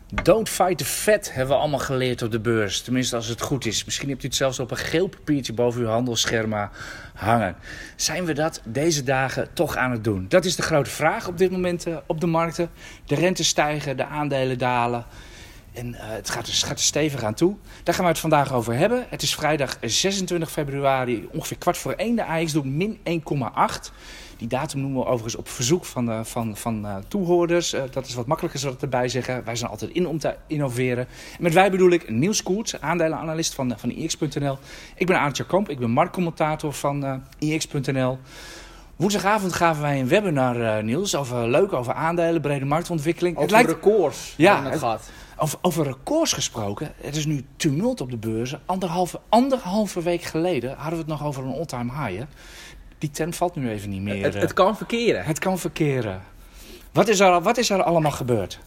Don't fight the Fed hebben we allemaal geleerd op de beurs. Tenminste als het goed is. Misschien hebt u het zelfs op een geel papiertje boven uw handelsscherm hangen. Zijn we dat deze dagen toch aan het doen? Dat is de grote vraag op dit moment op de markten. De rentes stijgen, de aandelen dalen. En het gaat er stevig aan toe. Daar gaan we het vandaag over hebben. Het is vrijdag 26 februari, ongeveer 1:15. De AX doet min 1,8. Die datum noemen we overigens op verzoek van toehoorders. Dat is wat makkelijker, zal ik erbij zeggen. Wij zijn altijd in om te innoveren. En met wij bedoel ik Niels Koerts, aandelenanalist van IX.nl. Ik ben Aartje Kamp, ik ben marktcommentator van IX.nL. Woensdagavond gaven wij een webinar, Niels, over aandelen, brede marktontwikkeling. Over records. Ja, het gaat. Over records gesproken, het is nu tumult op de beurzen. Anderhalve week geleden hadden we het nog over een all-time high. Hè? Die term valt nu even niet meer. Het kan verkeren. Het kan verkeren. Wat is er allemaal gebeurd?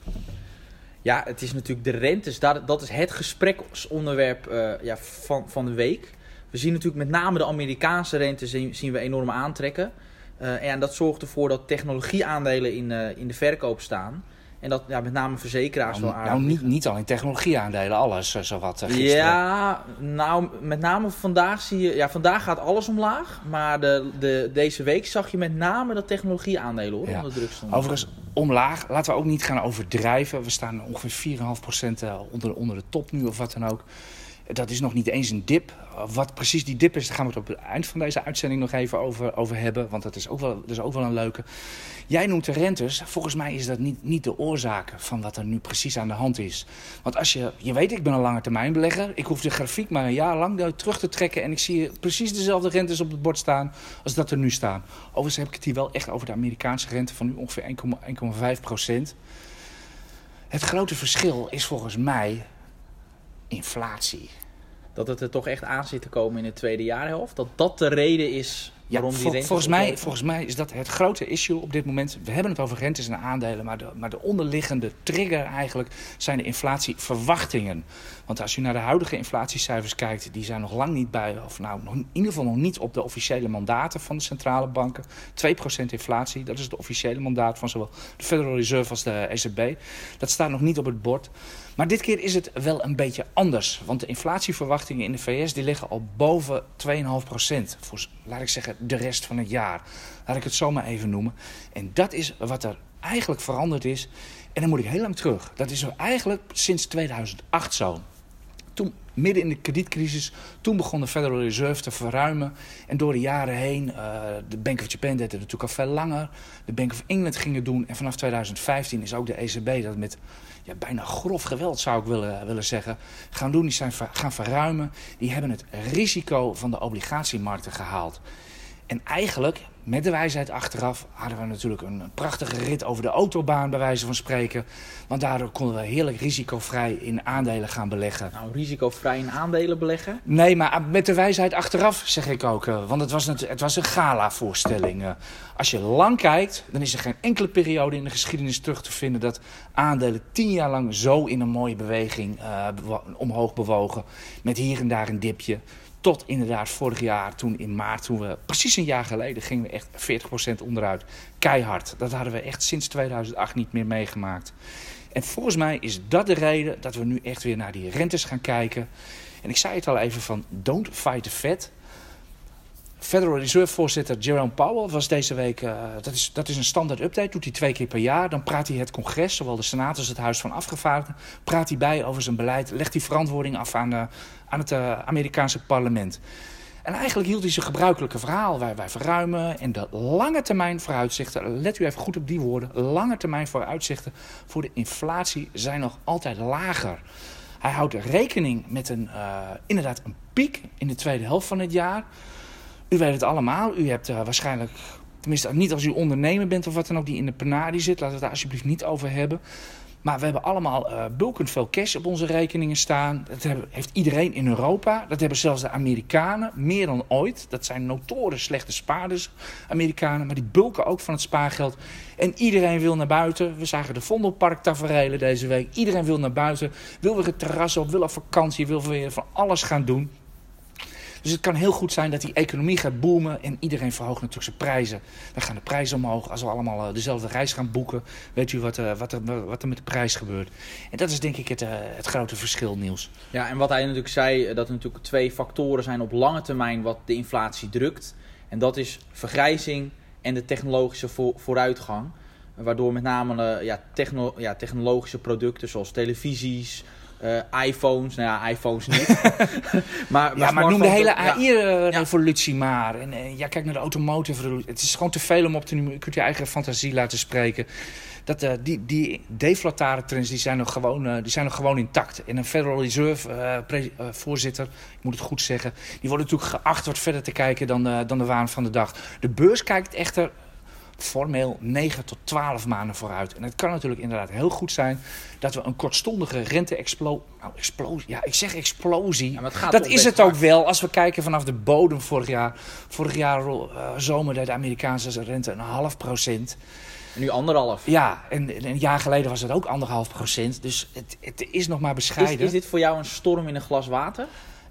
Ja, het is natuurlijk de rentes. Dat is het gespreksonderwerp van de week. We zien natuurlijk met name de Amerikaanse rentes zien we enorm aantrekken. En dat zorgt ervoor dat technologieaandelen in de verkoop staan. En dat met name verzekeraars wel aardig. Nou, niet alleen technologieaandelen, alles zowat gisteren. Ja, nou, met name vandaag zie je... Ja, vandaag gaat alles omlaag. Maar deze week zag je met name dat technologieaandelen onder druk stonden. Overigens, omlaag. Laten we ook niet gaan overdrijven. We staan ongeveer 4,5% onder de top nu of wat dan ook. Dat is nog niet eens een dip. Wat precies die dip is, daar gaan we het op het eind van deze uitzending nog even over hebben. Want dat is ook wel een leuke. Jij noemt de rentes. Volgens mij is dat niet de oorzaak van wat er nu precies aan de hand is. Want als je weet, ik ben een lange termijn belegger. Ik hoef de grafiek maar een jaar lang terug te trekken. En ik zie precies dezelfde rentes op het bord staan als dat er nu staan. Overigens heb ik het hier wel echt over de Amerikaanse rente van nu ongeveer 1,5%. Het grote verschil is volgens mij inflatie. Dat het er toch echt aan zit te komen in de tweede jaarhelft? Dat de reden is waarom die rentes volgens mij is dat het grote issue op dit moment. We hebben het over rentes en aandelen, maar de onderliggende trigger eigenlijk zijn de inflatieverwachtingen. Want als je naar de huidige inflatiecijfers kijkt, die zijn nog lang niet bij, of nou in ieder geval nog niet op de officiële mandaten van de centrale banken. 2% inflatie, dat is het officiële mandaat van zowel de Federal Reserve als de ECB. Dat staat nog niet op het bord. Maar dit keer is het wel een beetje anders. Want de inflatieverwachtingen in de VS die liggen al boven 2,5%. Voor, laat ik zeggen, de rest van het jaar. Laat ik het zo maar even noemen. En dat is wat er eigenlijk veranderd is. En dan moet ik heel lang terug. Dat is eigenlijk sinds 2008 zo. Toen, midden in de kredietcrisis, toen begon de Federal Reserve te verruimen. En door de jaren heen, de Bank of Japan deed het natuurlijk al veel langer. De Bank of England ging het doen. En vanaf 2015 is ook de ECB dat met bijna grof geweld, zou ik willen zeggen, gaan doen. Die zijn gaan verruimen. Die hebben het risico van de obligatiemarkten gehaald. En eigenlijk, met de wijsheid achteraf, hadden we natuurlijk een prachtige rit over de autobaan, bij wijze van spreken. Want daardoor konden we heerlijk risicovrij in aandelen gaan beleggen. Nou, risicovrij in aandelen beleggen? Nee, maar met de wijsheid achteraf, zeg ik ook. Want het was een gala-voorstelling. Als je lang kijkt, dan is er geen enkele periode in de geschiedenis terug te vinden dat aandelen 10 jaar lang zo in een mooie beweging omhoog bewogen. Met hier en daar een dipje. Tot inderdaad vorig jaar, toen in maart, precies een jaar geleden, gingen we echt 40% onderuit. Keihard. Dat hadden we echt sinds 2008 niet meer meegemaakt. En volgens mij is dat de reden dat we nu echt weer naar die rentes gaan kijken. En ik zei het al even van, don't fight the Fed. Federal Reserve voorzitter Jerome Powell was deze week, dat is een standaard update, doet hij 2 keer per jaar. Dan praat hij het congres, zowel de Senaat als het Huis van Afgevaardigden, praat hij bij over zijn beleid, legt hij verantwoording af aan het Amerikaanse parlement. En eigenlijk hield hij zijn gebruikelijke verhaal. Wij verruimen en de lange termijn vooruitzichten, let u even goed op die woorden, lange termijn vooruitzichten voor de inflatie zijn nog altijd lager. Hij houdt rekening met inderdaad een piek in de tweede helft van het jaar. U weet het allemaal. U hebt waarschijnlijk, tenminste niet als u ondernemer bent of wat dan ook, die in de penarie zit. Laten we het daar alsjeblieft niet over hebben. Maar we hebben allemaal bulkend veel cash op onze rekeningen staan. Dat heeft iedereen in Europa. Dat hebben zelfs de Amerikanen, meer dan ooit. Dat zijn notorisch slechte spaarders, Amerikanen. Maar die bulken ook van het spaargeld. En iedereen wil naar buiten. We zagen de Vondelpark-taferelen deze week. Iedereen wil naar buiten. Wil weer het terras op, wil op vakantie, wil weer van alles gaan doen. Dus het kan heel goed zijn dat die economie gaat boomen en iedereen verhoogt natuurlijk zijn prijzen. Dan gaan de prijzen omhoog. Als we allemaal dezelfde reis gaan boeken, weet u wat er met de prijs gebeurt. En dat is denk ik het grote verschil, Niels. Ja, en wat hij natuurlijk zei, dat er natuurlijk 2 factoren zijn op lange termijn wat de inflatie drukt. En dat is vergrijzing en de technologische vooruitgang. Waardoor met name technologische producten zoals televisies, iPhones, nou ja, iPhones niet. maar noem de hele AI-revolutie maar. En kijk naar de automotive revolutie. Het is gewoon te veel om op te noemen. Je kunt je eigen fantasie laten spreken. Die deflatare trends die zijn nog gewoon intact. En een Federal Reserve voorzitter, ik moet het goed zeggen, die wordt natuurlijk geacht wat verder te kijken dan de waan van de dag. De beurs kijkt echter formeel 9 tot 12 maanden vooruit. En het kan natuurlijk inderdaad heel goed zijn dat we een kortstondige rente-explosie... Ja, ik zeg explosie. Ja, dat is het ook wel als we kijken vanaf de bodem vorig jaar. Vorig jaar zomer deed de Amerikaanse rente 0,5%. En nu 1,5%. Ja, en een jaar geleden was het ook 1,5%. Dus het is nog maar bescheiden. Is dit voor jou een storm in een glas water?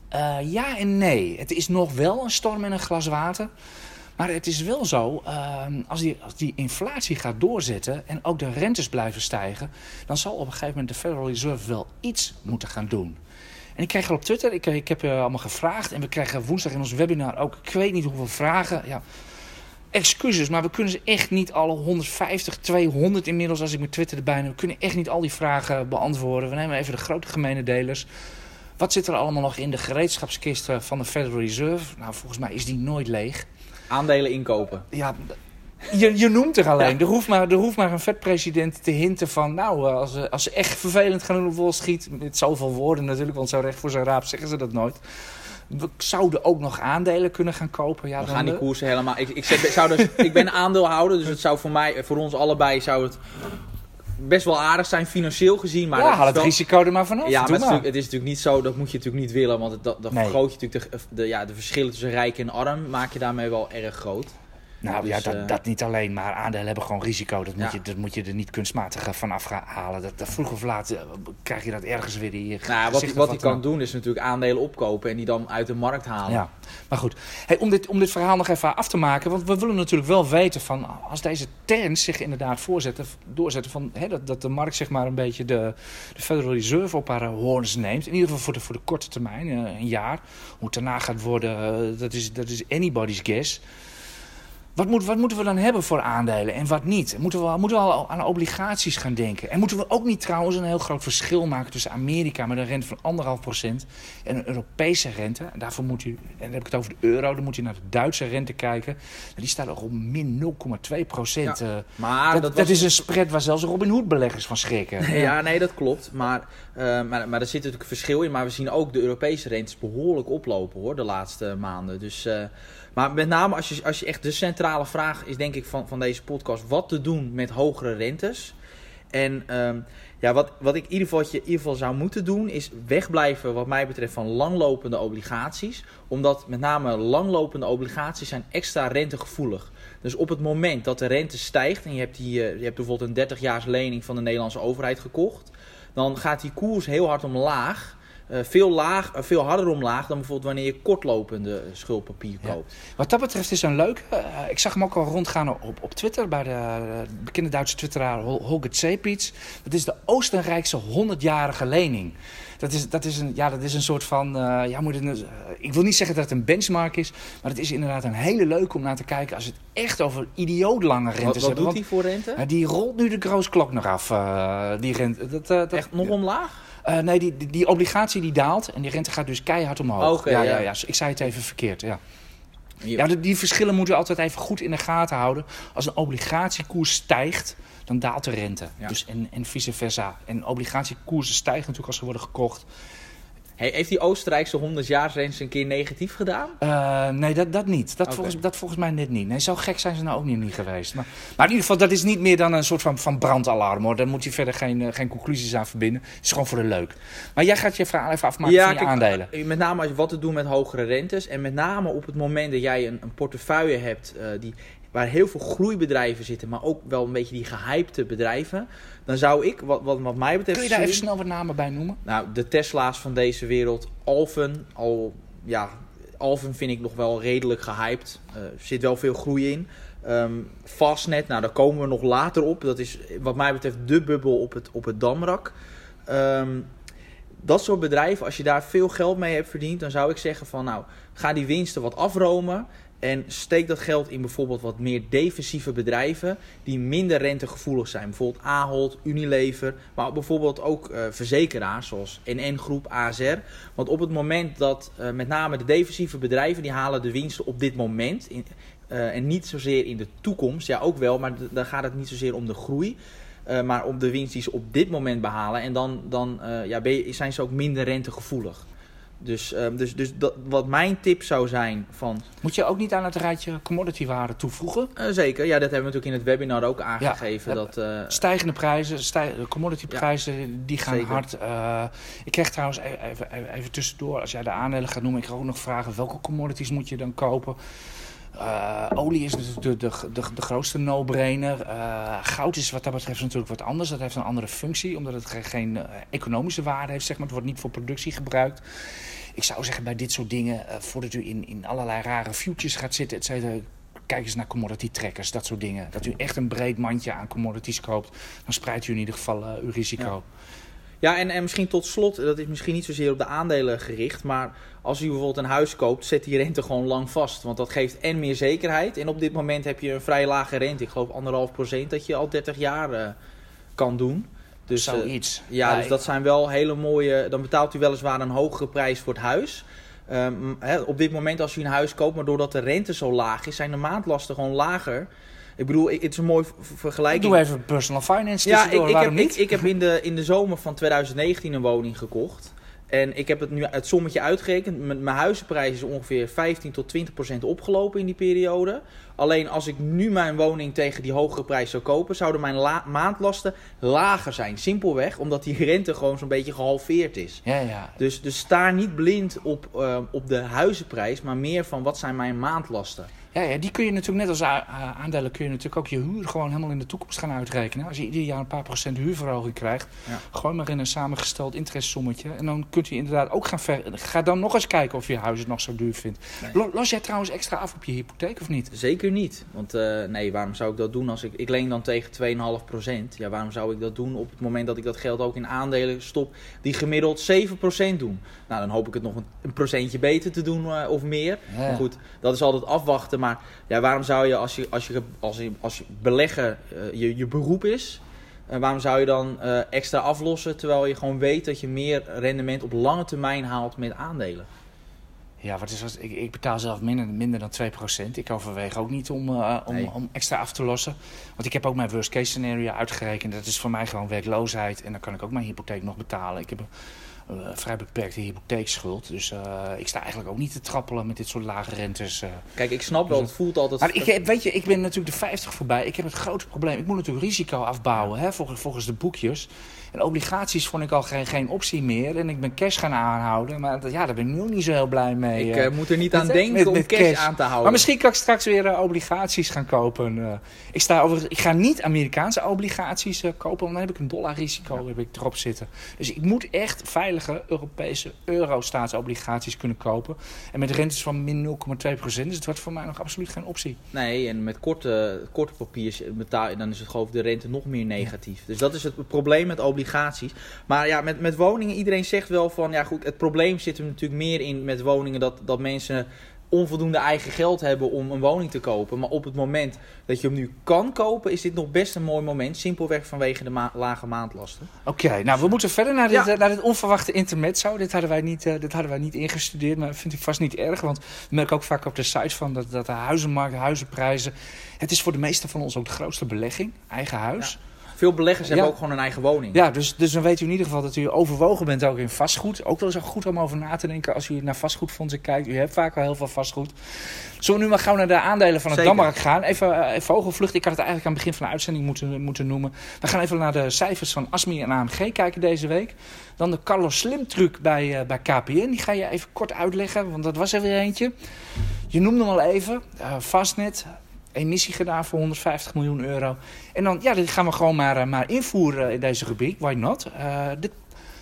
Ja en nee. Het is nog wel een storm in een glas water. Maar het is wel zo, als die inflatie gaat doorzetten en ook de rentes blijven stijgen, dan zal op een gegeven moment de Federal Reserve wel iets moeten gaan doen. En ik kreeg al op Twitter, ik heb allemaal gevraagd en we krijgen woensdag in ons webinar ook, ik weet niet hoeveel vragen. Ja, excuses, maar we kunnen ze echt niet alle 150, 200 inmiddels als ik mijn Twitter erbij neem. We kunnen echt niet al die vragen beantwoorden. We nemen even de grote gemene delers. Wat zit er allemaal nog in de gereedschapskist van de Federal Reserve? Nou, volgens mij is die nooit leeg. Aandelen inkopen. Ja, je noemt er alleen. Ja. Er hoeft maar een vetpresident te hinten van... Nou, als ze echt vervelend gaan doen op Wall Street... Met zoveel woorden natuurlijk, want zo recht voor zijn raap zeggen ze dat nooit. We zouden ook nog aandelen kunnen gaan kopen. Ja, we gaan die koersen helemaal... Ik ben aandeelhouder, dus het zou voor ons allebei... zou het best wel aardig zijn, financieel gezien. Maar haal het risico er maar vanaf. Ja, maar het is natuurlijk niet zo, dat moet je natuurlijk niet willen. Want dan vergroot je natuurlijk de verschillen tussen rijk en arm, maak je daarmee wel erg groot. Nou dus, ja, dat niet alleen, maar aandelen hebben gewoon risico. Dat moet je er niet kunstmatig van afhalen. Dat vroeg of laat krijg je dat ergens weer in je gezicht. Wat je kan doen is natuurlijk aandelen opkopen en die dan uit de markt halen. Ja, maar goed. Hey, om dit verhaal nog even af te maken, want we willen natuurlijk wel weten van als deze trends zich inderdaad doorzetten van dat de markt zeg maar een beetje de Federal Reserve op haar horens neemt. In ieder geval voor de korte termijn, een jaar. Hoe het daarna gaat worden, dat is anybody's guess. Wat moeten we dan hebben voor aandelen en wat niet? Moeten we al aan obligaties gaan denken? En moeten we ook niet trouwens een heel groot verschil maken tussen Amerika met een rente van 1,5% en een Europese rente? En daarvoor moet u, en dan heb ik het over de euro, dan moet je naar de Duitse rente kijken. Die staat al op min 0,2%. Ja, maar dat is een spread waar zelfs Robin Hood beleggers van schrikken. Ja, nee, dat klopt. Maar er zit natuurlijk een verschil in. Maar we zien ook de Europese rentes behoorlijk oplopen hoor, de laatste maanden. Dus... Maar met name als je echt de centrale vraag is denk ik van deze podcast... wat te doen met hogere rentes. En wat ik in ieder geval zou moeten doen... is wegblijven wat mij betreft van langlopende obligaties. Omdat met name langlopende obligaties zijn extra rentegevoelig. Dus op het moment dat de rente stijgt... en je hebt bijvoorbeeld een 30-jaars lening van de Nederlandse overheid gekocht... dan gaat die koers heel hard omlaag... Veel harder omlaag dan bijvoorbeeld wanneer je kortlopende schuldpapier koopt. Ja. Wat dat betreft is een leuke. Ik zag hem ook al rondgaan op Twitter bij de bekende Duitse twitteraar Holger Zepitz. Dat is de Oostenrijkse 100-jarige lening. Dat is een soort van... ik wil niet zeggen dat het een benchmark is, maar het is inderdaad een hele leuke om naar te kijken als het echt over idioot lange rentes hebben. Wat doet die voor rente? Die rolt nu de Groosklok nog af. Die rente. Echt nog omlaag? Nee, die obligatie die daalt en die rente gaat dus keihard omhoog. Okay, ja. Ik zei het even verkeerd, ja. Ja, die verschillen moeten we altijd even goed in de gaten houden. Als een obligatiekoers stijgt, dan daalt de rente. Ja. Dus en vice versa. En obligatiekoersen stijgen natuurlijk als ze worden gekocht. Heeft die Oostenrijkse 100-jaarsrente een keer negatief gedaan? Nee, dat niet. Dat volgens mij net niet. Nee, zo gek zijn ze nou ook niet geweest. Maar in ieder geval, dat is niet meer dan een soort van brandalarm. Hoor. Daar moet je verder geen conclusies aan verbinden. Het is gewoon voor de leuk. Maar jij gaat je verhaal even afmaken van je aandelen. Met name als je wat te doen met hogere rentes. En met name op het moment dat jij een portefeuille hebt... waar heel veel groeibedrijven zitten, maar ook wel een beetje die gehypte bedrijven... dan zou ik, wat mij betreft... Kun je daar even snel wat namen bij noemen? Nou, de Tesla's van deze wereld, Alphen, Alfen vind ik nog wel redelijk gehyped. Er zit wel veel groei in. Fastnet, nou daar komen we nog later op. Dat is wat mij betreft de bubbel op het Damrak. Dat soort bedrijven, als je daar veel geld mee hebt verdiend, dan zou ik zeggen van nou, ga die winsten wat afromen. En steek dat geld in bijvoorbeeld wat meer defensieve bedrijven die minder rentegevoelig zijn. Bijvoorbeeld Ahold, Unilever, maar bijvoorbeeld ook verzekeraars zoals NN Groep, ASR. Want op het moment dat met name de defensieve bedrijven, die halen de winsten op dit moment en niet zozeer in de toekomst. Ja, ook wel, maar dan gaat het niet zozeer om de groei. Maar om de winst die ze op dit moment behalen. En dan zijn ze ook minder rentegevoelig. Dus wat mijn tip zou zijn van... Moet je ook niet aan het rijtje commoditywaren toevoegen? Zeker, ja, dat hebben we natuurlijk in het webinar ook aangegeven. Ja, stijgende prijzen, commodityprijzen, die gaan zeker hard. Ik kreeg trouwens, even tussendoor, als jij de aandelen gaat noemen, ik ga ook nog vragen welke commodities moet je dan kopen. Olie is natuurlijk de grootste no-brainer. Goud is wat dat betreft natuurlijk wat anders. Dat heeft een andere functie, omdat het geen economische waarde heeft. Zeg maar. Het wordt niet voor productie gebruikt. Ik zou zeggen bij dit soort dingen, voordat u in allerlei rare futures gaat zitten, et cetera, kijk eens naar commodity trackers, dat soort dingen. Dat u echt een breed mandje aan commodities koopt, dan spreidt u in ieder geval uw risico. Ja. Ja, en misschien tot slot, dat is misschien niet zozeer op de aandelen gericht, maar als u bijvoorbeeld een huis koopt, zet die rente gewoon lang vast. Want dat geeft en meer zekerheid. En op dit moment heb je een vrij lage rente. Ik geloof 1,5% dat je al 30 jaar kan doen. Dus, zoiets. Dus dat zijn wel hele mooie... Dan betaalt u weliswaar een hogere prijs voor het huis. Op dit moment als u een huis koopt, maar doordat de rente zo laag is, zijn de maandlasten gewoon lager. Ik bedoel, het is een mooi vergelijking. Doe even personal finance tussendoor, waarom niet? Ik heb in de zomer van 2019 een woning gekocht. En ik heb het sommetje uitgerekend. Mijn huizenprijs is ongeveer 15 tot 20% opgelopen in die periode. Alleen als ik nu mijn woning tegen die hogere prijs zou kopen, zouden mijn maandlasten lager zijn. Simpelweg, omdat die rente gewoon zo'n beetje gehalveerd is. Ja. Dus sta niet blind op de huizenprijs, maar meer van wat zijn mijn maandlasten. Ja, die kun je natuurlijk net als aandelen kun je natuurlijk ook je huur gewoon helemaal in de toekomst gaan uitrekenen. Als je ieder jaar een paar procent huurverhoging krijgt, gooi maar in een samengesteld interestsommetje. En dan kunt u inderdaad ook ga dan nog eens kijken of je huis het nog zo duur vindt. Nee. Los jij trouwens extra af op je hypotheek of niet? Zeker niet. Want waarom zou ik dat doen als ik leen dan tegen 2,5%? Ja, waarom zou ik dat doen op het moment dat ik dat geld ook in aandelen stop die gemiddeld 7% doen? Nou, dan hoop ik het nog een procentje beter te doen of meer. Ja. Maar goed, dat is altijd afwachten. Maar ja, waarom zou je als je beleggen je beroep is, waarom zou je dan extra aflossen terwijl je gewoon weet dat je meer rendement op lange termijn haalt met aandelen? Ja, ik betaal zelf minder dan 2%. Ik overweeg ook niet om extra af te lossen. Want ik heb ook mijn worst case scenario uitgerekend. Dat is voor mij gewoon werkloosheid. En dan kan ik ook mijn hypotheek nog betalen. Ik heb een vrij beperkte hypotheekschuld. Dus ik sta eigenlijk ook niet te trappelen met dit soort lage rentes. Kijk, ik snap wel, het voelt altijd... Maar ik ben natuurlijk de 50 voorbij. Ik heb het grote probleem. Ik moet natuurlijk risico afbouwen, volgens de boekjes. En obligaties vond ik al geen optie meer. En ik ben cash gaan aanhouden. Maar daar ben ik nu ook niet zo heel blij mee. Ik moet er niet aan denken om cash aan te houden. Maar misschien kan ik straks weer obligaties gaan kopen. Ik ga niet Amerikaanse obligaties kopen. Want dan heb ik een dollarrisico heb ik erop zitten. Dus ik moet echt veilige Europese euro-staatsobligaties kunnen kopen. En met rentes van min 0,2%. Dus het wordt voor mij nog absoluut geen optie. Nee, en met korte papiers dan is het geloof ik de rente nog meer negatief. Ja. Dus dat is het probleem met obligaties. Maar ja, met woningen, iedereen zegt wel van, ja goed, het probleem zit er natuurlijk meer in met woningen dat mensen onvoldoende eigen geld hebben om een woning te kopen. Maar op het moment dat je hem nu kan kopen, is dit nog best een mooi moment. Simpelweg vanwege de lage maandlasten. Oké, nou we moeten verder naar dit onverwachte intermezzo. Dit hadden wij niet ingestudeerd, maar dat vind ik vast niet erg. Want we merken ook vaak op de sites van dat de huizenmarkt, huizenprijzen. Het is voor de meeste van ons ook de grootste belegging, eigen huis. Ja. Veel beleggers hebben ook gewoon een eigen woning. Ja, dus dan weet u in ieder geval dat u overwogen bent ook in vastgoed. Ook wel eens goed om over na te denken als u naar vastgoedfondsen kijkt. U hebt vaak al heel veel vastgoed. Zullen we nu maar gauw naar de aandelen van het Damrak gaan? Even vogelvlucht. Ik had het eigenlijk aan het begin van de uitzending moeten noemen. We gaan even naar de cijfers van ASMI en AMG kijken deze week. Dan de Carlos Slim truc bij KPN. Die ga je even kort uitleggen, want dat was er weer eentje. Je noemde hem al even. Fastnet. Emissie gedaan voor 150 miljoen euro. En dan, dit gaan we gewoon maar invoeren in deze rubriek. Why not?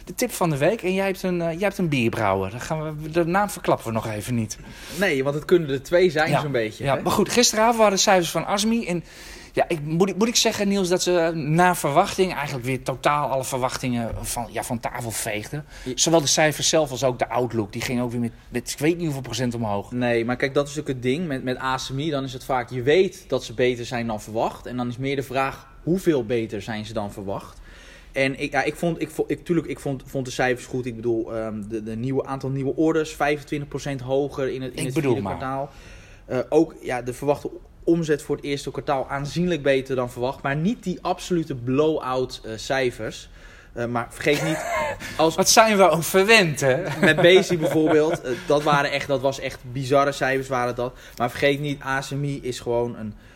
de tip van de week. En jij hebt een bierbrouwer. De naam verklappen we nog even niet. Nee, want het kunnen er 2 zijn zo'n beetje. Ja, hè? maar goed, gisteravond waren de cijfers van ASMI. En ja, moet ik zeggen, Niels, dat ze na verwachting eigenlijk weer totaal alle verwachtingen van tafel veegden. Zowel de cijfers zelf als ook de outlook. Die ging ook weer met ik weet niet hoeveel procent omhoog. Nee, maar kijk, dat is ook het ding. Met ASMI, dan is het vaak, je weet dat ze beter zijn dan verwacht. En dan is meer de vraag, hoeveel beter zijn ze dan verwacht? En ik vond de cijfers goed. Ik bedoel, de aantal nieuwe orders 25% hoger in het vierde kwartaal. Ook de verwachte omzet voor het eerste kwartaal aanzienlijk beter dan verwacht. Maar niet die absolute blow-out cijfers. Maar vergeet niet... Wat zijn we ook verwend, hè? Met Bezi bijvoorbeeld. Dat was echt bizarre cijfers waren dat. Maar vergeet niet, ASMI is gewoon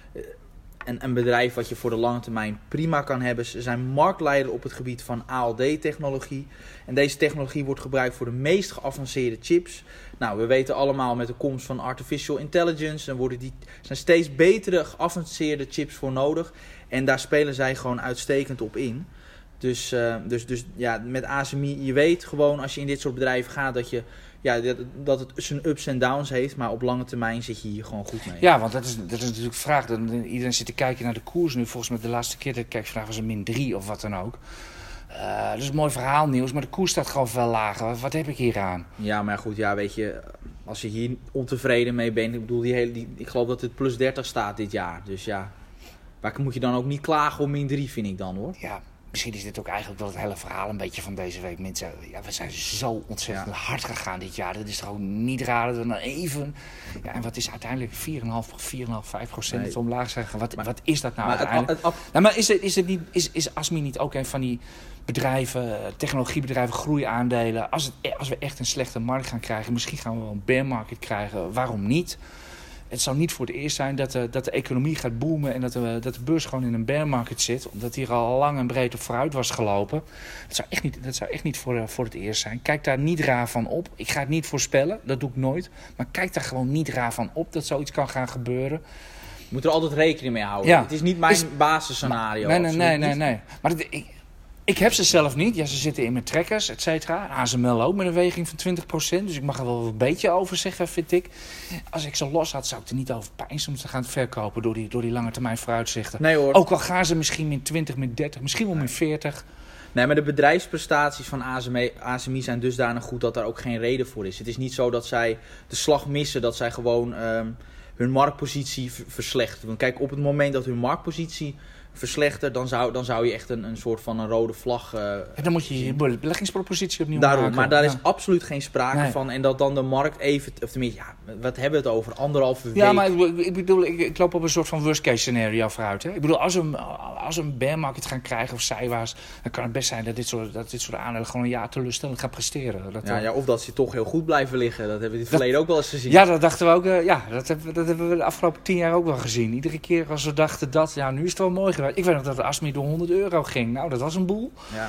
een bedrijf wat je voor de lange termijn prima kan hebben. Ze zijn marktleider op het gebied van ALD-technologie. En deze technologie wordt gebruikt voor de meest geavanceerde chips. Nou, we weten allemaal met de komst van artificial intelligence... zijn steeds betere, geavanceerde chips voor nodig. En daar spelen zij gewoon uitstekend op in. Dus met ASMI, je weet gewoon als je in dit soort bedrijven gaat... dat het zijn ups en downs heeft, maar op lange termijn zit je hier gewoon goed mee. Ja, want dat is natuurlijk de vraag. Iedereen zit te kijken naar de koers nu. Volgens mij de laatste keer dat ik kijk vandaag was een -3 of wat dan ook. Dat is een mooi verhaal, Niels, maar de koers staat gewoon veel lager. Wat heb ik hier aan? Ja, maar goed, weet je, als je hier ontevreden mee bent... Ik bedoel, ik geloof dat het +30 staat dit jaar. Dus ja, waar moet je dan ook niet klagen om -3, vind ik dan, hoor. Ja. Misschien is dit ook eigenlijk wel het hele verhaal een beetje van deze week. Mensen, we zijn zo ontzettend hard gegaan dit jaar. Dat is toch ook niet raar dat we dan even... Ja, en wat is uiteindelijk 4,5-5% het omlaag zijn gegaan? Wat is dat nou uiteindelijk? Maar is ASMI niet ook een van die bedrijven, technologiebedrijven, groeiaandelen? Als we echt een slechte markt gaan krijgen, misschien gaan we wel een bear market krijgen. Waarom niet? Het zou niet voor het eerst zijn dat de economie gaat boomen en dat de beurs gewoon in een bear market zit. Omdat die er al lang en breed op vooruit was gelopen. Dat zou echt niet voor het eerst zijn. Kijk daar niet raar van op. Ik ga het niet voorspellen, dat doe ik nooit. Maar kijk daar gewoon niet raar van op dat zoiets kan gaan gebeuren. Je moet er altijd rekening mee houden. Ja. Het is niet mijn basisscenario. Nee. Maar ik heb ze zelf niet. Ja, ze zitten in mijn trekkers, et cetera. ASML ook met een weging van 20%. Dus ik mag er wel een beetje over zeggen, vind ik. Als ik ze los had, zou ik er niet over peinzen om te gaan verkopen door die lange termijn vooruitzichten. Nee, hoor. Ook al gaan ze misschien min 20, min 30, misschien wel min 40. Nee, maar de bedrijfsprestaties van ASMI zijn dusdanig goed dat daar ook geen reden voor is. Het is niet zo dat zij de slag missen, dat zij gewoon hun marktpositie verslechteren. Want kijk, op het moment dat hun marktpositie verslechtert, dan zou je echt een soort van een rode vlag... En dan moet je je beleggingspropositie opnieuw daarom, maken. Maar daar is absoluut geen sprake van. En dat dan de markt even... Of tenminste, wat hebben we het over? 1,5 week? Ja, maar ik bedoel, ik loop op een soort van worst case scenario vooruit. Hè? Ik bedoel, als we een bear market gaan krijgen of zijwaarts, dan kan het best zijn dat dit soort aandelen gewoon een jaar teleurstellend gaan presteren. Of dat ze toch heel goed blijven liggen. Dat hebben we in het verleden ook wel eens gezien. Ja, dat dachten we ook. Dat hebben we de afgelopen 10 jaar ook wel gezien. Iedere keer als we dachten dat, nu is het wel mooi geweest. Ik weet nog dat de ASMI door €100 ging. Nou, dat was een boel. Ja.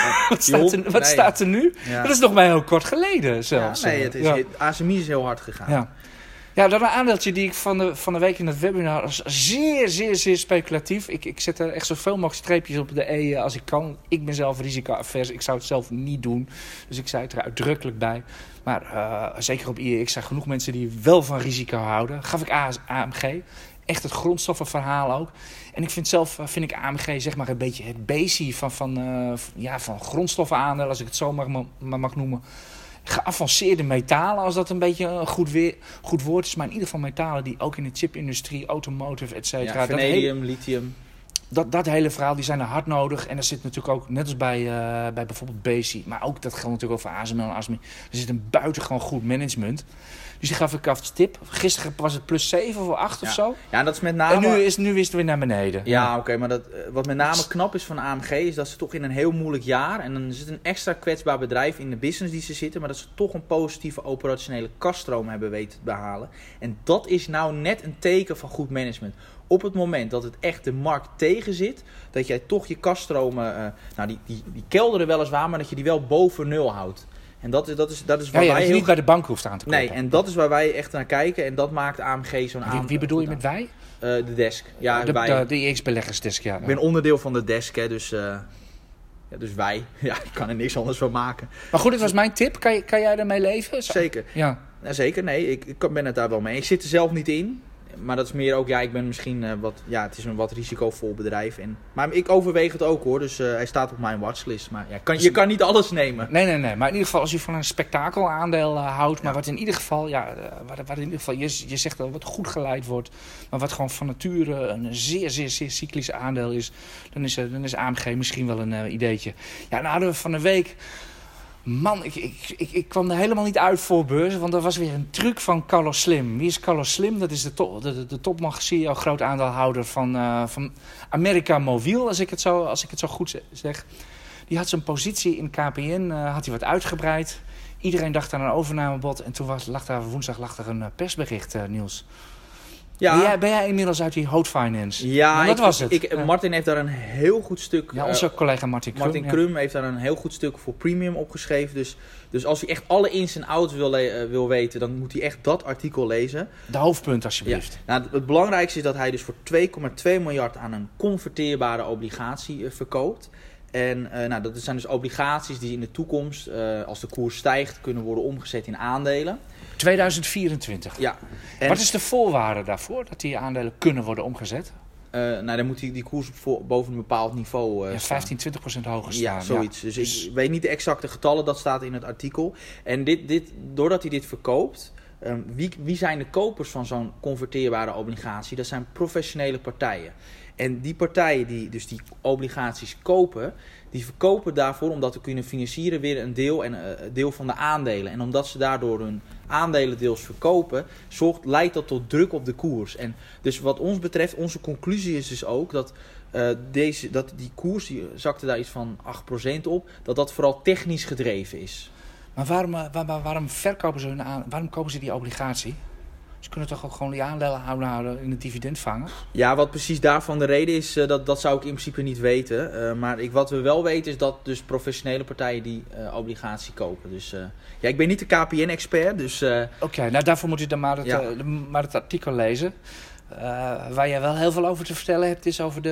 Wat staat er nu? Ja. Dat is nog maar heel kort geleden zelfs. ASMI is heel hard gegaan. Ja, dat een aandeeltje die ik van de week in het webinar was zeer, zeer, zeer speculatief. Ik zet er echt zoveel mogelijk streepjes op de E als ik kan. Ik ben zelf risico-avers. Ik zou het zelf niet doen. Dus ik zei het er uitdrukkelijk bij. Maar zeker op IEX zijn genoeg mensen die wel van risico houden. Gaf ik AMG. Echt het grondstoffenverhaal ook. En ik vind AMG zeg maar een beetje het basie van grondstoffenaandelen, als ik het zo mag noemen. Geavanceerde metalen, als dat een beetje een goed woord is. Maar in ieder geval metalen die ook in de chipindustrie, automotive, et cetera. Ja, vanadium, lithium. Dat hele verhaal, die zijn er hard nodig. En dat zit natuurlijk ook, net als bij bijvoorbeeld Bezi, maar ook dat geldt natuurlijk ook voor ASML en ASMI. Er zit een buitengewoon goed management. Dus die gaf ik als tip. Gisteren was het +7 of 8 of zo. Ja, dat is met name... En nu is het weer naar beneden. Ja, oké, maar wat met name knap is van AMG is dat ze toch in een heel moeilijk jaar, en dan is het een extra kwetsbaar bedrijf in de business die ze zitten, maar dat ze toch een positieve operationele kasstroom hebben weten te behalen. En dat is nou net een teken van goed management. Op het moment dat het echt de markt tegen zit, dat jij toch je kasstromen, die kelderen weliswaar, maar dat je die wel boven 0 houdt. En dat is waar wij niet bij de bank hoeft aan te kopen. Nee, en dat is waar wij echt naar kijken. En dat maakt AMG zo'n aan. Wie bedoel je met wij? De desk. Ja, de IEX beleggersdesk, ja. Ik ben onderdeel van de desk, hè, dus... Ja, dus wij, ik kan er niks anders van maken. Maar goed, het was mijn tip. Kan jij daarmee leven? Zeker. Ja. Zeker, nee, ik ben het daar wel mee. Ik zit er zelf niet in. Maar dat is meer ook, ik ben misschien het is een wat risicovol bedrijf. Maar ik overweeg het ook hoor, dus hij staat op mijn watchlist. Maar je kan niet alles nemen. Nee. Maar in ieder geval, als je van een spektakelaandeel houdt, maar wat in ieder geval, je zegt dat wat goed geleid wordt, maar wat gewoon van nature een zeer, zeer, zeer cyclisch aandeel is, dan is AMG misschien wel een ideetje. Ja, nou hadden we van de week... Man, ik kwam er helemaal niet uit voor beurzen, want er was weer een truc van Carlos Slim. Wie is Carlos Slim? Dat is de topman, CEO, groot aandeelhouder van America Mobiel, als ik het zo goed zeg. Die had zijn positie in KPN had hij wat uitgebreid. Iedereen dacht aan een overnamebod en toen woensdag een persbericht, Niels. Ja. Ben jij inmiddels uit die Hout Finance? Ja, dat was het. Martin heeft daar een heel goed stuk... Ja, onze collega Martin Krum. Martin Krum heeft daar een heel goed stuk voor Premium opgeschreven. Dus als hij echt alle ins en outs wil weten, dan moet hij echt dat artikel lezen. De hoofdpunt alsjeblieft. Ja. Nou, het belangrijkste is dat hij dus voor 2,2 miljard aan een converteerbare obligatie verkoopt. En dat zijn dus obligaties die in de toekomst, als de koers stijgt, kunnen worden omgezet in aandelen. 2024. Ja. Wat is de voorwaarde daarvoor, dat die aandelen kunnen worden omgezet? Dan moet die koers boven een bepaald niveau 15-20% hoger staan. Ja, zoiets. Ja. Dus ik weet niet de exacte getallen, dat staat in het artikel. En doordat hij dit verkoopt, wie zijn de kopers van zo'n converteerbare obligatie? Dat zijn professionele partijen. En die partijen die dus die obligaties kopen, die verkopen daarvoor om dat te kunnen financieren weer een deel van de aandelen. En omdat ze daardoor hun aandelen deels verkopen, leidt dat tot druk op de koers. En dus wat ons betreft, onze conclusie is dus ook dat die koers, die zakte daar iets van 8% op, dat vooral technisch gedreven is. Maar waarom verkopen ze waarom kopen ze die obligatie? Ze kunnen toch ook gewoon die aandelen houden in het dividend vangen? Ja, wat precies daarvan de reden is, dat zou ik in principe niet weten. Maar wat we wel weten is dat dus professionele partijen die obligatie kopen. Dus ik ben niet de KPN-expert. Dus, Oké, nou daarvoor moet u dan maar het artikel lezen. Waar jij wel heel veel over te vertellen hebt, is over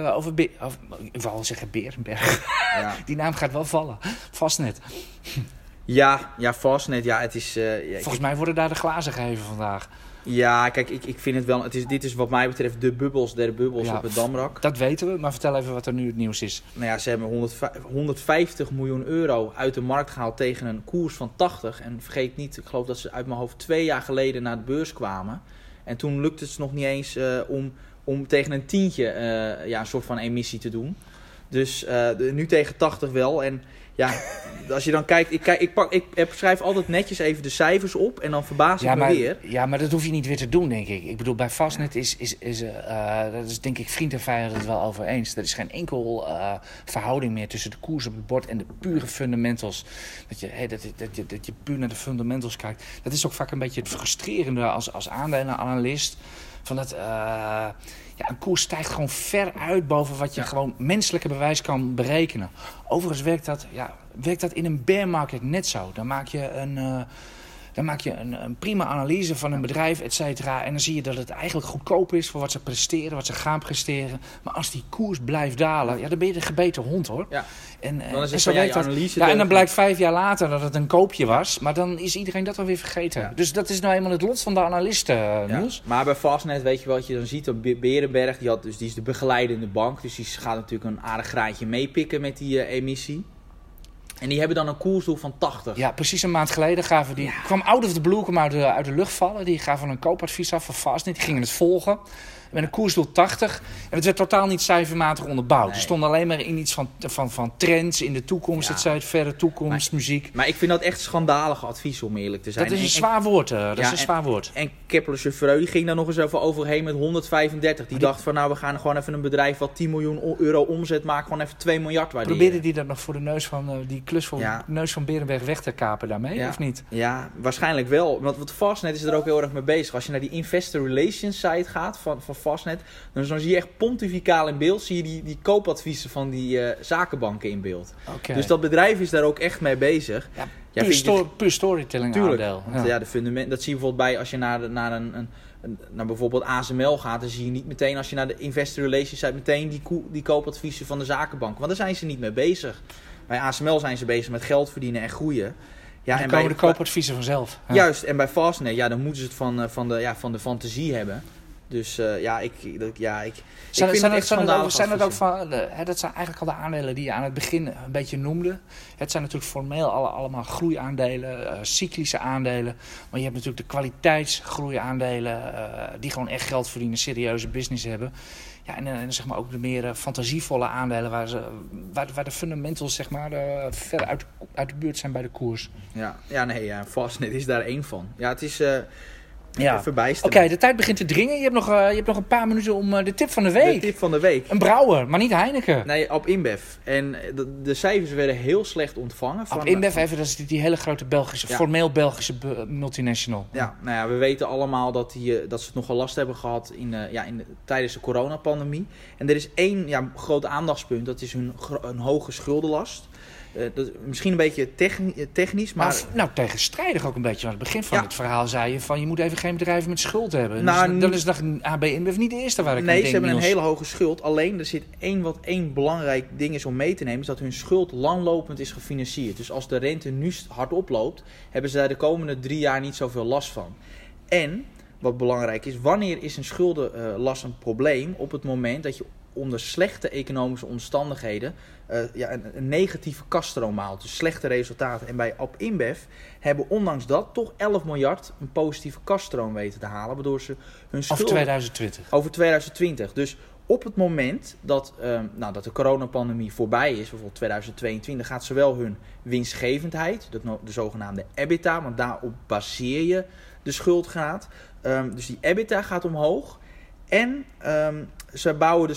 ik wou wel zeggen Berenberg. Ja. Die naam gaat wel vallen. Fastnet. Ja, Fastnet, het is... Volgens mij worden daar de glazen gegeven vandaag. Ja, kijk, ik vind het wel... Dit is wat mij betreft de bubbels der bubbels op het Damrak. Dat weten we, maar vertel even wat er nu het nieuws is. Nou ja, ze hebben 150 miljoen euro uit de markt gehaald tegen een koers van 80. En vergeet niet, ik geloof dat ze uit mijn hoofd 2 jaar geleden naar de beurs kwamen. En toen lukte het nog niet eens om tegen een tientje een soort van emissie te doen. Dus nu tegen 80 wel. En ja, als je dan kijkt, ik schrijf altijd netjes even de cijfers op en dan verbaas ik me weer. Ja, maar dat hoef je niet weer te doen, denk ik. Ik bedoel, bij Fastnet dat is denk ik vriend en vijand het wel over eens. Er is geen enkel verhouding meer tussen de koers op het bord en de pure fundamentals. Dat je puur naar de fundamentals kijkt. Dat is ook vaak een beetje het frustrerende als aandelenanalist. Van dat... een koers stijgt gewoon ver uit boven wat je gewoon menselijke bewijs kan berekenen. Overigens werkt dat in een bear market net zo. Dan maak je een prima analyse van een bedrijf, et cetera. En dan zie je dat het eigenlijk goedkoop is voor wat ze presteren, wat ze gaan presteren. Maar als die koers blijft dalen, dan ben je de gebeten hond, hoor. Ja. En dan is het zo je analyse. En dan blijkt 5 jaar later dat het een koopje was. Maar dan is iedereen dat alweer vergeten. Ja. Dus dat is nou eenmaal het lot van de analisten, Niels. Maar bij Fastnet, weet je wat je dan ziet? Berenberg, die is de begeleidende bank. Dus die gaat natuurlijk een aardig graadje meepikken met die emissie. En die hebben dan een koersdoel van 80. Ja, precies een maand geleden kwam out of the blue, kwam uit de lucht vallen. Die gaven een koopadvies af van Fastnet. Die gingen het volgen. Met een koersdoel 80. En het werd totaal niet cijfermatig onderbouwd. Nee. Er stond alleen maar in iets van trends in de toekomst. Het zei verre toekomst, muziek. Maar ik vind dat echt schandalige advies, om eerlijk te zijn. Dat is een zwaar woord. En Kepler-Chevreux, die ging daar nog eens even overheen met 135. Die dacht van, we gaan gewoon even een bedrijf wat 10 miljoen euro omzet maakt, gewoon even 2 miljard waarderen. Probeerde die dat nog voor de neus van die klus voor de neus van Berenberg weg te kapen daarmee, of niet? Ja, waarschijnlijk wel. Want Fastnet is er ook heel erg mee bezig. Als je naar die investor relations site gaat van Fastnet, dan zie je echt pontificaal in beeld, zie je die koopadviezen van die zakenbanken in beeld. Okay. Dus dat bedrijf is daar ook echt mee bezig. puur storytelling Tuurlijk, aandeel. Want de fundament, dat zie je bijvoorbeeld bij als je naar bijvoorbeeld ASML gaat, dan zie je niet meteen als je naar de investor relations site meteen die koopadviezen van de zakenbank. Want daar zijn ze niet mee bezig. Bij ASML zijn ze bezig met geld verdienen en groeien. Ja, en komen de koopadviezen vanzelf. Ja. Juist, en bij Fastnet, dan moeten ze het van de fantasie hebben. Dus zijn het ook van, dat zijn eigenlijk al de aandelen die je aan het begin een beetje noemde. Het zijn natuurlijk formeel allemaal groeiaandelen, cyclische aandelen. Maar je hebt natuurlijk de kwaliteitsgroeiaandelen die gewoon echt geld verdienen, serieuze business hebben. Ja, en zeg maar ook de meer fantasievolle aandelen waar de fundamentals zeg maar ver uit de buurt zijn bij de koers. Fastnet is daar één van. Ja, het is... Oké, de tijd begint te dringen. Je hebt nog een paar minuten om de tip van de week. De tip van de week. Een brouwer, maar niet Heineken. Nee, op InBev. En de cijfers werden heel slecht ontvangen. Op InBev, even, dat is die hele grote formeel Belgische multinational. Ja, we weten allemaal dat ze het nogal last hebben gehad tijdens de coronapandemie. En er is één groot aandachtspunt, dat is hun hoge schuldenlast. Misschien een beetje technisch, maar... Nou, tegenstrijdig ook een beetje. Aan het begin van het verhaal zei je van... je moet even geen bedrijven met schuld hebben. Dat is AB InBev niet de eerste waar ik aan denk. Nee, ze hebben een hele hoge schuld. Alleen, er zit één belangrijk ding is om mee te nemen... is dat hun schuld langlopend is gefinancierd. Dus als de rente nu hard oploopt... hebben ze daar de komende 3 jaar niet zoveel last van. En, wat belangrijk is... wanneer is een schuldenlast een probleem? Op het moment dat je onder slechte economische omstandigheden een negatieve kasstroom haalt. Dus slechte resultaten. En bij AB InBev hebben ondanks dat toch 11 miljard een positieve kasstroom weten te halen. Waardoor ze hun schulden... Over 2020. Dus op het moment dat de coronapandemie voorbij is, bijvoorbeeld 2022, gaat zowel hun winstgevendheid, de zogenaamde EBITDA, want daarop baseer je de schuldgraad. Dus die EBITDA gaat omhoog. En ze bouwen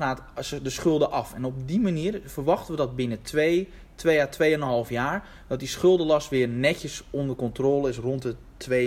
de schulden af. En op die manier verwachten we dat binnen 2 à 2,5 jaar... dat die schuldenlast weer netjes onder controle is rond de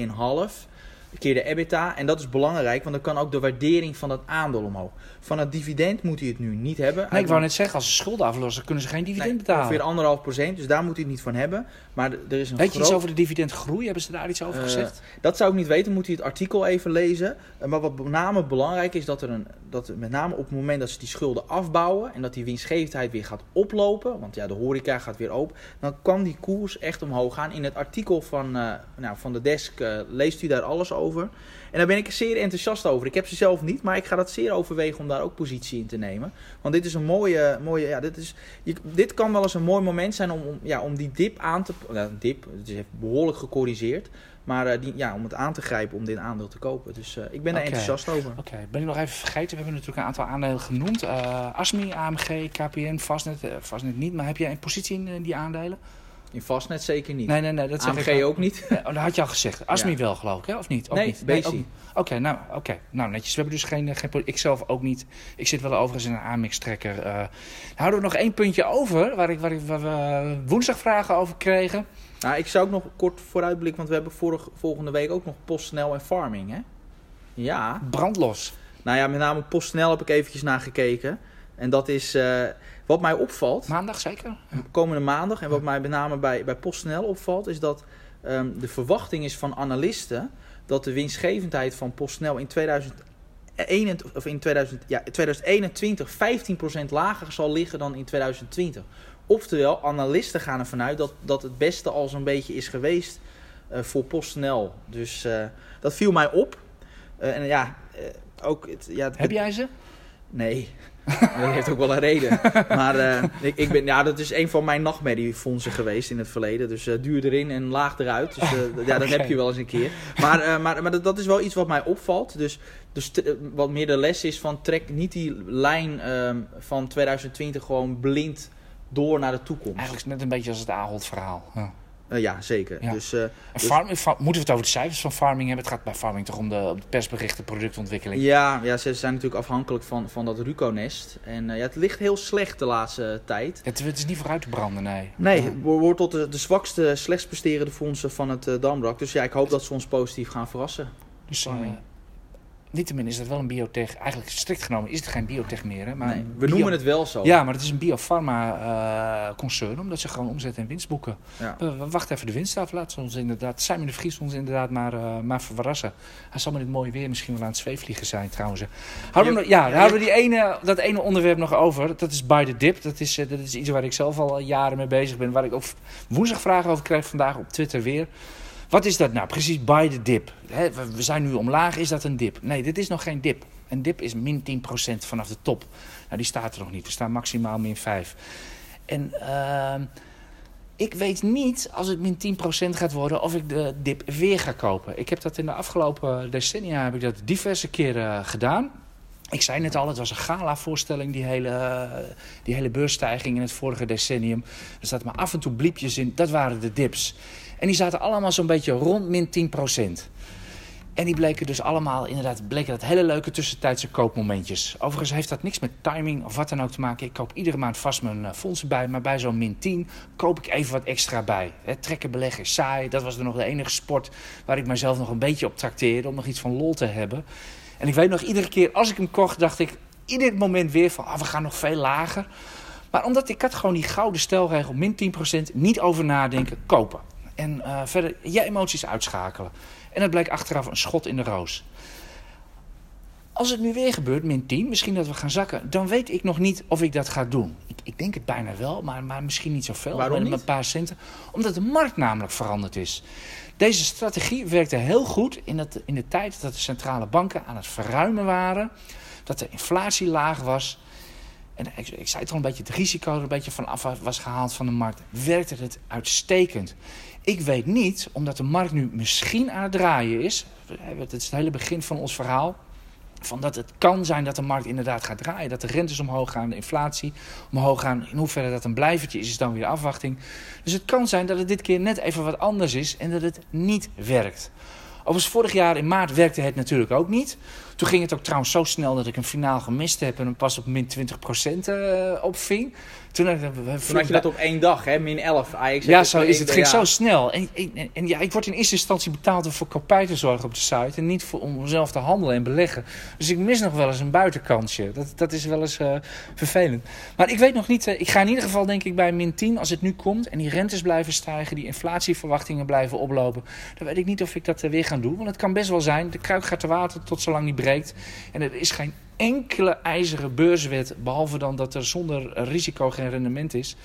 2,5 keer de EBITDA. En dat is belangrijk, want dan kan ook de waardering van dat aandeel omhoog. Van het dividend moet hij het nu niet hebben. Nee, ik wou net zeggen, als ze schulden aflossen, kunnen ze geen dividend betalen. Ongeveer 1,5%, dus daar moet hij het niet van hebben. Maar er is Weet je iets over de dividendgroei? Hebben ze daar iets over gezegd? Dat zou ik niet weten, moet hij het artikel even lezen. Maar wat met name belangrijk is, dat met name op het moment dat ze die schulden afbouwen... en dat die winstgevendheid weer gaat oplopen, want de horeca gaat weer open... dan kan die koers echt omhoog gaan. In het artikel van de desk leest u daar alles over. En daar ben ik zeer enthousiast over. Ik heb ze zelf niet, maar ik ga dat zeer overwegen om daar ook positie in te nemen. Want dit is een mooie dit kan wel eens een mooi moment zijn om die dip aan te... dip, het is behoorlijk gecorrigeerd. Maar om het aan te grijpen om dit aandeel te kopen. Dus ik ben er enthousiast over. Oké, ben ik nog even vergeten. We hebben natuurlijk een aantal aandelen genoemd. ASMI, AMG, KPN, Fastnet niet. Maar heb jij een positie in die aandelen? In Fastnet zeker niet. Nee, dat zeg AMG ik ook niet. Dat had je al gezegd. ASMI wel, geloof ik, hè? Of niet? Ook nee, niet. Bezi. Oké, nou netjes. We hebben dus geen ik zelf ook niet. Ik zit wel overigens in een Amex-trekker. Houden we nog 1 puntje over, waar we woensdag vragen over kregen. Nou, ik zou ook nog kort vooruitblikken, want we hebben volgende week ook nog PostNL en Farming, hè? Ja. Brandlos. Nou ja, met name PostNL heb ik eventjes naar gekeken. En dat is wat mij opvalt. Maandag zeker? Komende maandag. En wat mij met name bij PostNL opvalt, is dat de verwachting is van analisten dat de winstgevendheid van PostNL in 2021 15% lager zal liggen dan in 2020. Oftewel, analisten gaan ervan uit dat het beste al zo'n beetje is geweest voor PostNL. Dus dat viel mij op. Heb jij ze? Nee. Dat heeft ook wel een reden. Maar dat is een van mijn nachtmerriefondsen geweest in het verleden. Dus duur erin en laag eruit. Dus dat heb je wel eens een keer. Maar dat is wel iets wat mij opvalt. Dus wat meer de les is van trek niet die lijn van 2020 gewoon blind door naar de toekomst. Eigenlijk net een beetje als het Ahold verhaal. Ja. Ja, zeker. Ja. Dus, moeten we het over de cijfers van Farming hebben? Het gaat bij Farming toch om de persberichten, productontwikkeling? Ja, ze zijn natuurlijk afhankelijk van dat Ruconest. En het ligt heel slecht de laatste tijd. Het is niet vooruit te branden, nee. Nee, het wordt tot de zwakste, slechtst presterende fondsen van het Damrak. Dus ik hoop dat ze ons positief gaan verrassen. Dus Niettemin is dat wel een biotech. Eigenlijk strikt genomen is het geen biotech meer. Hè, maar Nee, we noemen het wel zo. Ja, maar het is een biopharma-concern, omdat ze gewoon omzet en winst boeken. Ja. We wachten even de winst af. Laten we ons inderdaad, Simon de Vries ons inderdaad maar verrassen. Hij zal met het mooie weer misschien wel aan het zweefvliegen zijn trouwens. Houden we dat ene onderwerp nog over. Dat is Buy the Dip. Dat is iets waar ik zelf al jaren mee bezig ben. Waar ik ook woensdag vragen over krijg, vandaag op Twitter weer. Wat is dat nou? Precies, buy the dip. We zijn nu omlaag, is dat een dip? Nee, dit is nog geen dip. Een dip is min 10% vanaf de top. Nou, die staat er nog niet. We staan maximaal min 5. En ik weet niet, als het min 10% gaat worden, of ik de dip weer ga kopen. Ik heb dat in de afgelopen decennia diverse keren gedaan. Ik zei net al, het was een gala-voorstelling, die hele beursstijging in het vorige decennium. Er zaten maar af en toe bliepjes in, dat waren de dips. En die zaten allemaal zo'n beetje rond min 10%. En die bleken dus allemaal, inderdaad, dat hele leuke tussentijdse koopmomentjes. Overigens heeft dat niks met timing of wat dan ook te maken. Ik koop iedere maand vast mijn fondsen bij, maar bij zo'n min 10 koop ik even wat extra bij. Trekken beleggen is saai, dat was er nog de enige sport waar ik mezelf nog een beetje op trakteerde, om nog iets van lol te hebben. En ik weet nog, iedere keer als ik hem kocht, dacht ik in dit moment weer van, we gaan nog veel lager. Maar omdat ik had gewoon die gouden stelregel, min 10%, niet over nadenken, kopen. En verder je emoties uitschakelen. En dat blijkt achteraf een schot in de roos. Als het nu weer gebeurt, min 10, misschien dat we gaan zakken, dan weet ik nog niet of ik dat ga doen. Ik denk het bijna wel, maar misschien niet zoveel. Waarom niet? Met een paar centen. Omdat de markt namelijk veranderd is. Deze strategie werkte heel goed in de tijd dat de centrale banken aan het verruimen waren. Dat de inflatie laag was. En ik zei het al een beetje, het risico er een beetje van af was gehaald van de markt. Werkte het uitstekend. Ik weet niet, omdat de markt nu misschien aan het draaien is. Het is het hele begin van ons verhaal. Van dat het kan zijn dat de markt inderdaad gaat draaien. Dat de rentes omhoog gaan, de inflatie omhoog gaan. In hoeverre dat een blijvertje is dan weer afwachting. Dus het kan zijn dat het dit keer net even wat anders is en dat het niet werkt. Overigens, vorig jaar in maart werkte het natuurlijk ook niet. Toen ging het ook trouwens zo snel dat ik een finaal gemist heb en hem pas op min 20% opving. Toen had je dat op 1 dag, hè? Min 11. Ajax ja, zo is het. Het ging zo snel. En ja, ik word in eerste instantie betaald om voor kopij te zorgen op de site. En niet om zelf te handelen en beleggen. Dus ik mis nog wel eens een buitenkansje. Dat is wel eens vervelend. Maar ik weet nog niet. Ik ga in ieder geval denk ik bij min 10, als het nu komt. En die rentes blijven stijgen. Die inflatieverwachtingen blijven oplopen. Dan weet ik niet of ik dat weer ga doen. Want het kan best wel zijn. De kruik gaat te water tot zolang die breekt. En er is geen enkele ijzeren beurswet, behalve dan dat er zonder risico geen rendement is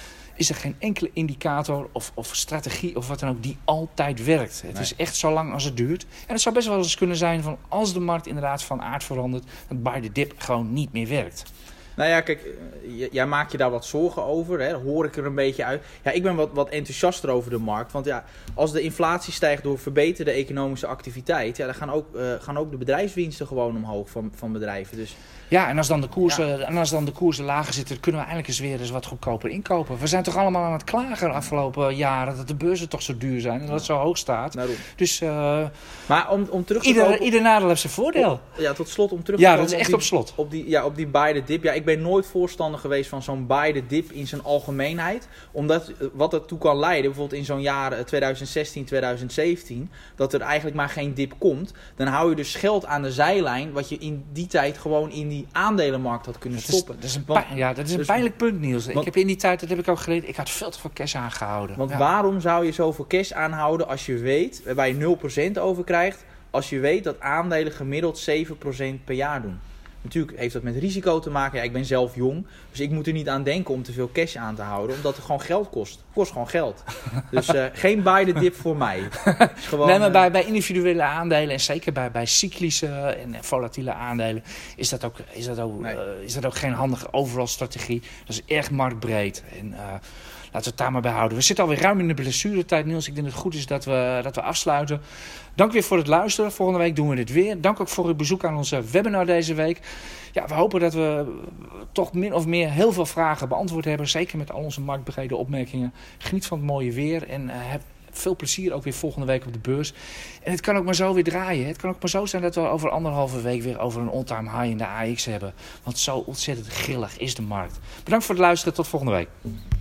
er geen enkele indicator of strategie of wat dan ook die altijd werkt. Het is echt zo lang als het duurt. En het zou best wel eens kunnen zijn van als de markt inderdaad van aard verandert, dat buy the dip gewoon niet meer werkt. Nou ja, kijk, jij maakt je daar wat zorgen over, hè? Hoor ik er een beetje uit. Ja, ik ben wat enthousiaster over de markt. Want ja, als de inflatie stijgt door verbeterde economische activiteit, ja, dan gaan ook de bedrijfswinsten gewoon omhoog van bedrijven. Dus ja, en als dan de koersen lager zitten, kunnen we eigenlijk eens weer eens wat goedkoper inkopen. We zijn toch allemaal aan het klagen de afgelopen jaren dat de beurzen toch zo duur zijn en dat het zo hoog staat. Daarom. Dus maar om terug te komen, ieder nadeel heeft zijn voordeel. Tot slot om terug te komen. Ja, dat is echt op slot. Op die buy the dip. Ja, ik ben nooit voorstander geweest van zo'n buy the dip in zijn algemeenheid. Omdat wat ertoe kan leiden, bijvoorbeeld in zo'n jaar 2016, 2017, dat er eigenlijk maar geen dip komt. Dan hou je dus geld aan de zijlijn, wat je in die tijd gewoon in die aandelenmarkt had kunnen stoppen. Dat is een pijnlijk punt, Niels. Ik heb in die tijd, dat heb ik ook geleden, ik had veel te veel cash aangehouden. Want waarom zou je zoveel cash aanhouden als je weet, waar je 0% over krijgt, als je weet dat aandelen gemiddeld 7% per jaar doen? Natuurlijk heeft dat met risico te maken. Ja, ik ben zelf jong, dus ik moet er niet aan denken om te veel cash aan te houden. Omdat het gewoon geld kost. Het kost gewoon geld. Dus geen buy the dip voor mij. Is gewoon, nee, maar bij individuele aandelen en zeker bij cyclische en volatiele aandelen is dat ook geen handige overal strategie. Dat is erg marktbreed. En laten we het daar maar bij houden. We zitten alweer ruim in de blessuretijd, Niels. Ik denk dat het goed is dat we afsluiten. Dank weer voor het luisteren. Volgende week doen we dit weer. Dank ook voor uw bezoek aan onze webinar deze week. Ja, we hopen dat we toch min of meer heel veel vragen beantwoord hebben. Zeker met al onze marktbrede opmerkingen. Geniet van het mooie weer en heb veel plezier ook weer volgende week op de beurs. En het kan ook maar zo weer draaien. Het kan ook maar zo zijn dat we over 1,5 week weer over een all-time high in de AX hebben. Want zo ontzettend grillig is de markt. Bedankt voor het luisteren. Tot volgende week.